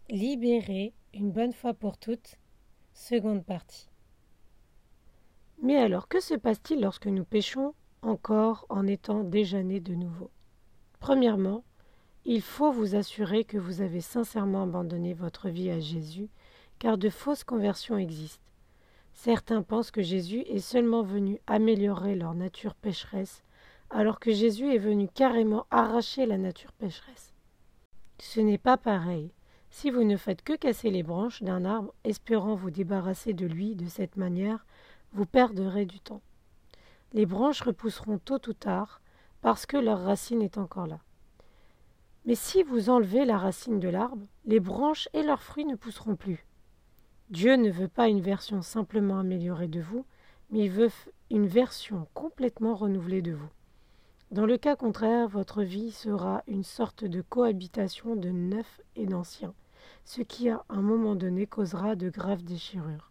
Libéré une bonne fois pour toutes, seconde partie. Mais alors, que se passe-t-il lorsque nous péchons encore en étant déjà nés de nouveau? Premièrement, il faut vous assurer que vous avez sincèrement abandonné votre vie à Jésus, car de fausses conversions existent. Certains pensent que Jésus est seulement venu améliorer leur nature pécheresse, alors que Jésus est venu carrément arracher la nature pécheresse. Ce n'est pas pareil. Si vous ne faites que casser les branches d'un arbre, espérant vous débarrasser de lui de cette manière, vous perdrez du temps. Les branches repousseront tôt ou tard, parce que leur racine est encore là. Mais si vous enlevez la racine de l'arbre, les branches et leurs fruits ne pousseront plus. Dieu ne veut pas une version simplement améliorée de vous, mais il veut une version complètement renouvelée de vous. Dans le cas contraire, votre vie sera une sorte de cohabitation de neuf et d'ancien, ce qui à un moment donné causera de graves déchirures.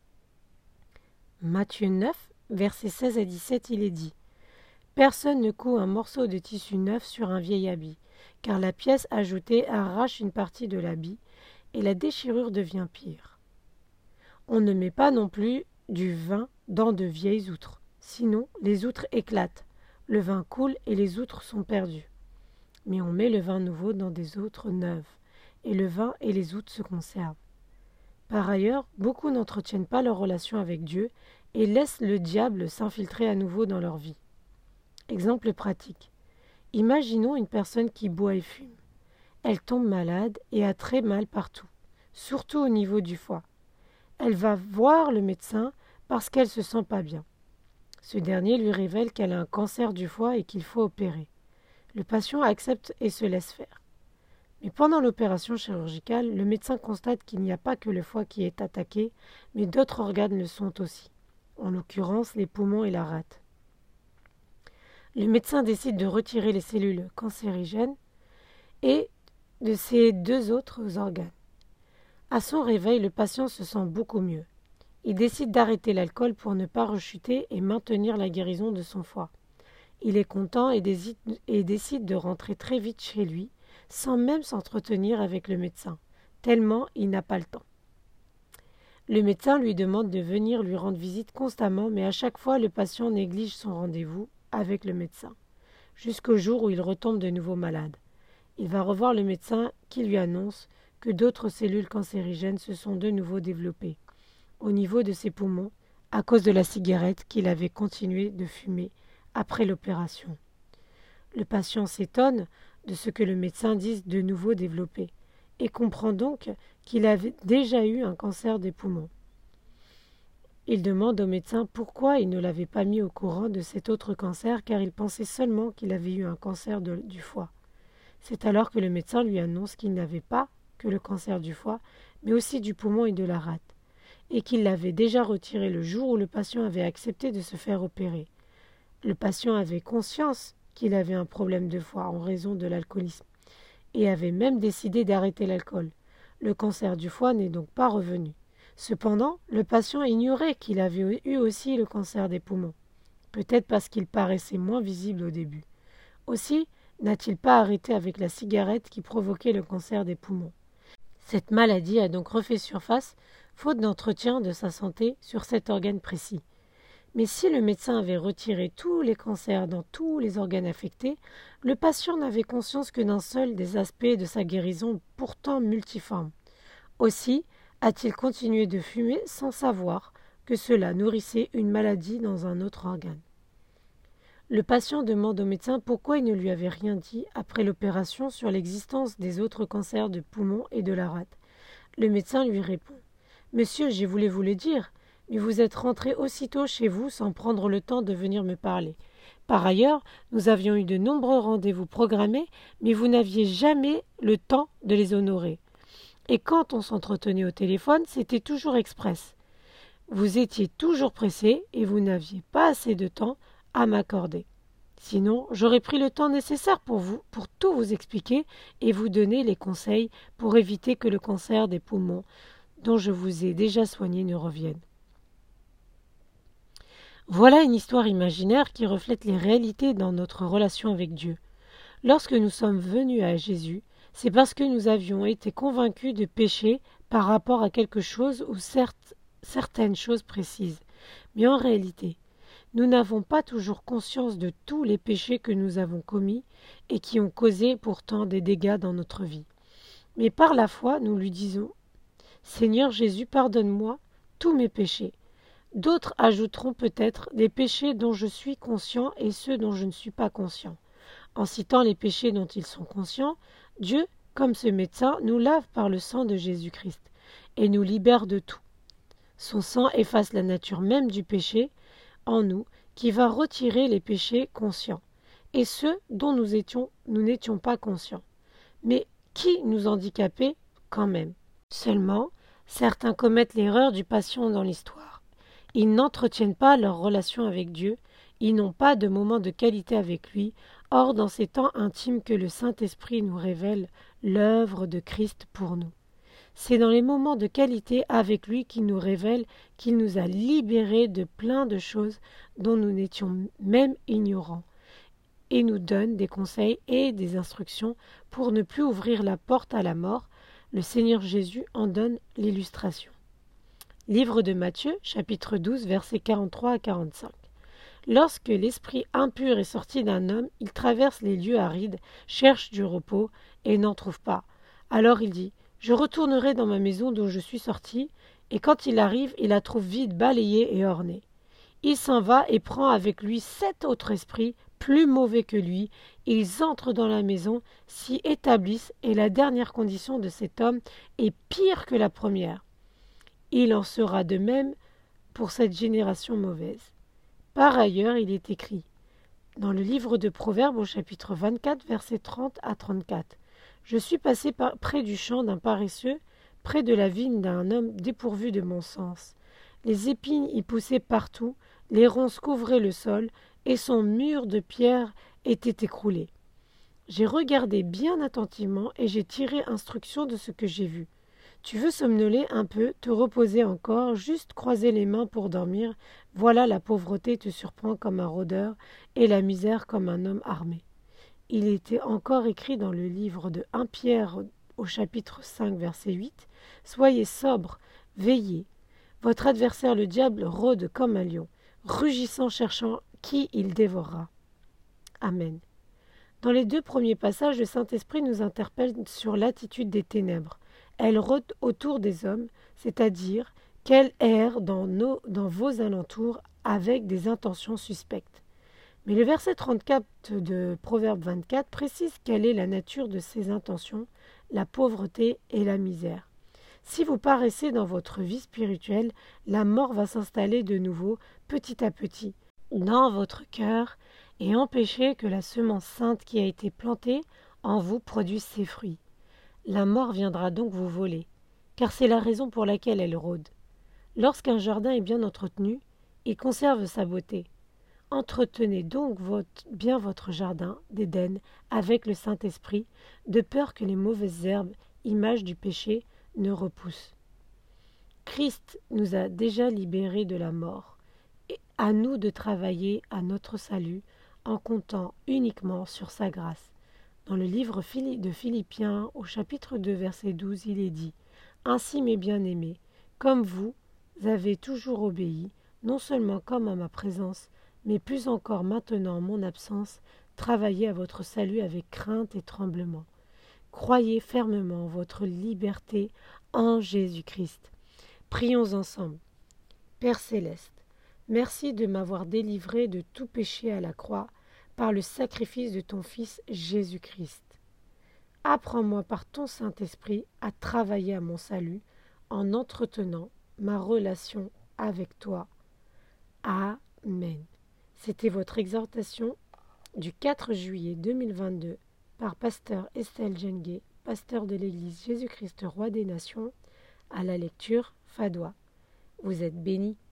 Matthieu 9, versets 16 à 17, il est dit « Personne ne coud un morceau de tissu neuf sur un vieil habit, car la pièce ajoutée arrache une partie de l'habit, et la déchirure devient pire. On ne met pas non plus du vin dans de vieilles outres, sinon les outres éclatent. Le vin coule et les outres sont perdues. Mais on met le vin nouveau dans des outres neuves, et le vin et les outres se conservent. Par ailleurs, beaucoup n'entretiennent pas leur relation avec Dieu et laissent le diable s'infiltrer à nouveau dans leur vie. Exemple pratique. Imaginons une personne qui boit et fume. Elle tombe malade et a très mal partout, surtout au niveau du foie. Elle va voir le médecin parce qu'elle ne se sent pas bien. Ce dernier lui révèle qu'elle a un cancer du foie et qu'il faut opérer. Le patient accepte et se laisse faire. Mais pendant l'opération chirurgicale, le médecin constate qu'il n'y a pas que le foie qui est attaqué, mais d'autres organes le sont aussi, en l'occurrence les poumons et la rate. Le médecin décide de retirer les cellules cancérigènes et de ces deux autres organes. À son réveil, le patient se sent beaucoup mieux. Il décide d'arrêter l'alcool pour ne pas rechuter et maintenir la guérison de son foie. Il est content et décide de rentrer très vite chez lui, sans même s'entretenir avec le médecin, tellement il n'a pas le temps. Le médecin lui demande de venir lui rendre visite constamment, mais à chaque fois le patient néglige son rendez-vous avec le médecin, jusqu'au jour où il retombe de nouveau malade. Il va revoir le médecin qui lui annonce que d'autres cellules cancérigènes se sont de nouveau développées au niveau de ses poumons à cause de la cigarette qu'il avait continué de fumer après l'opération. Le patient s'étonne de ce que le médecin dise de nouveau développé et comprend donc qu'il avait déjà eu un cancer des poumons. Il demande au médecin pourquoi il ne l'avait pas mis au courant de cet autre cancer car il pensait seulement qu'il avait eu un cancer du foie. C'est alors que le médecin lui annonce qu'il n'avait pas que le cancer du foie, mais aussi du poumon et de la rate, et qu'il l'avait déjà retiré le jour où le patient avait accepté de se faire opérer. Le patient avait conscience qu'il avait un problème de foie en raison de l'alcoolisme, et avait même décidé d'arrêter l'alcool. Le cancer du foie n'est donc pas revenu. Cependant, le patient ignorait qu'il avait eu aussi le cancer des poumons, peut-être parce qu'il paraissait moins visible au début. Aussi, n'a-t-il pas arrêté avec la cigarette qui provoquait le cancer des poumons. Cette maladie a donc refait surface, faute d'entretien de sa santé sur cet organe précis. Mais si le médecin avait retiré tous les cancers dans tous les organes affectés, le patient n'avait conscience que d'un seul des aspects de sa guérison pourtant multiforme. Aussi a-t-il continué de fumer sans savoir que cela nourrissait une maladie dans un autre organe. Le patient demande au médecin pourquoi il ne lui avait rien dit après l'opération sur l'existence des autres cancers de poumon et de la rate. Le médecin lui répond « Monsieur, j'ai voulu vous le dire, mais vous êtes rentré aussitôt chez vous sans prendre le temps de venir me parler. Par ailleurs, nous avions eu de nombreux rendez-vous programmés, mais vous n'aviez jamais le temps de les honorer. Et quand on s'entretenait au téléphone, c'était toujours express. Vous étiez toujours pressé et vous n'aviez pas assez de temps à m'accorder. Sinon, j'aurais pris le temps nécessaire pour tout vous expliquer et vous donner les conseils pour éviter que le cancer des poumons, dont je vous ai déjà soigné, ne revienne. » Voilà une histoire imaginaire qui reflète les réalités dans notre relation avec Dieu. Lorsque nous sommes venus à Jésus, C'est parce que nous avions été convaincus de péché par rapport à quelque chose ou certaines choses précises. Mais en réalité, nous n'avons pas toujours conscience de tous les péchés que nous avons commis et qui ont causé pourtant des dégâts dans notre vie. Mais par la foi, nous lui disons « Seigneur Jésus, pardonne-moi tous mes péchés ». D'autres ajouteront peut-être des péchés dont je suis conscient et ceux dont je ne suis pas conscient. En citant les péchés dont ils sont conscients, Dieu, comme ce médecin, nous lave par le sang de Jésus-Christ et nous libère de tout. Son sang efface la nature même du péché en nous, qui va retirer les péchés conscients et ceux dont nous n'étions pas conscients, mais qui nous handicapaient quand même. Seulement, certains commettent l'erreur du patient dans l'histoire. Ils n'entretiennent pas leur relation avec Dieu, ils n'ont pas de moment de qualité avec lui. Or, dans ces temps intimes que le Saint-Esprit nous révèle l'œuvre de Christ pour nous. C'est dans les moments de qualité avec lui qu'il nous révèle qu'il nous a libérés de plein de choses dont nous n'étions même ignorants, et nous donne des conseils et des instructions pour ne plus ouvrir la porte à la mort. Le Seigneur Jésus en donne l'illustration. Livre de Matthieu, chapitre 12, versets 43 à 45. Lorsque l'esprit impur est sorti d'un homme, il traverse les lieux arides, cherche du repos et n'en trouve pas. Alors il dit « Je retournerai dans ma maison d'où je suis sorti », et quand il arrive, il la trouve vide, balayée et ornée. Il s'en va et prend avec lui 7 autres esprits, plus mauvais que lui. Ils entrent dans la maison, s'y établissent, et la dernière condition de cet homme est pire que la première. Il en sera de même pour cette génération mauvaise. Par ailleurs, il est écrit dans le livre de Proverbes au chapitre 24, versets 30 à 34. « Je suis passé près du champ d'un paresseux, près de la vigne d'un homme dépourvu de bon sens. Les épines y poussaient partout, les ronces couvraient le sol, et son mur de pierre était écroulé. J'ai regardé bien attentivement et j'ai tiré instruction de ce que j'ai vu. Tu veux somnoler un peu, te reposer encore, juste croiser les mains pour dormir. Voilà, la pauvreté te surprend comme un rôdeur et la misère comme un homme armé. » Il était encore écrit dans le livre de 1 Pierre au chapitre 5, verset 8 « Soyez sobres, veillez. Votre adversaire le diable rôde comme un lion, rugissant cherchant qui il dévorera. » Amen. Dans les 2 premiers passages, le Saint-Esprit nous interpelle sur l'attitude des ténèbres. Elle rôde autour des hommes, c'est-à-dire qu'elle erre dans vos alentours avec des intentions suspectes. Mais le verset 34 de Proverbe 24 précise quelle est la nature de ces intentions, la pauvreté et la misère. Si vous paraissez dans votre vie spirituelle, la mort va s'installer de nouveau, petit à petit, dans votre cœur et empêcher que la semence sainte qui a été plantée en vous produise ses fruits. La mort viendra donc vous voler, car c'est la raison pour laquelle elle rôde. Lorsqu'un jardin est bien entretenu, il conserve sa beauté. Entretenez donc bien votre jardin d'Éden avec le Saint-Esprit, de peur que les mauvaises herbes, images du péché, ne repoussent. Christ nous a déjà libérés de la mort, et à nous de travailler à notre salut en comptant uniquement sur sa grâce. Dans le livre de Philippiens, au chapitre 2, verset 12, il est dit « Ainsi, mes bien-aimés, comme vous avez toujours obéi, non seulement comme à ma présence, mais plus encore maintenant en mon absence, travaillez à votre salut avec crainte et tremblement. Croyez fermement votre liberté en Jésus-Christ. » Prions ensemble. Père céleste, merci de m'avoir délivré de tout péché à la croix, par le sacrifice de ton Fils Jésus-Christ. Apprends-moi par ton Saint-Esprit à travailler à mon salut en entretenant ma relation avec toi. Amen. C'était votre exhortation du 4 juillet 2022 par pasteur Estelle Jengue, pasteur de l'Église Jésus-Christ Roi des Nations, à la lecture Fadois. Vous êtes bénis.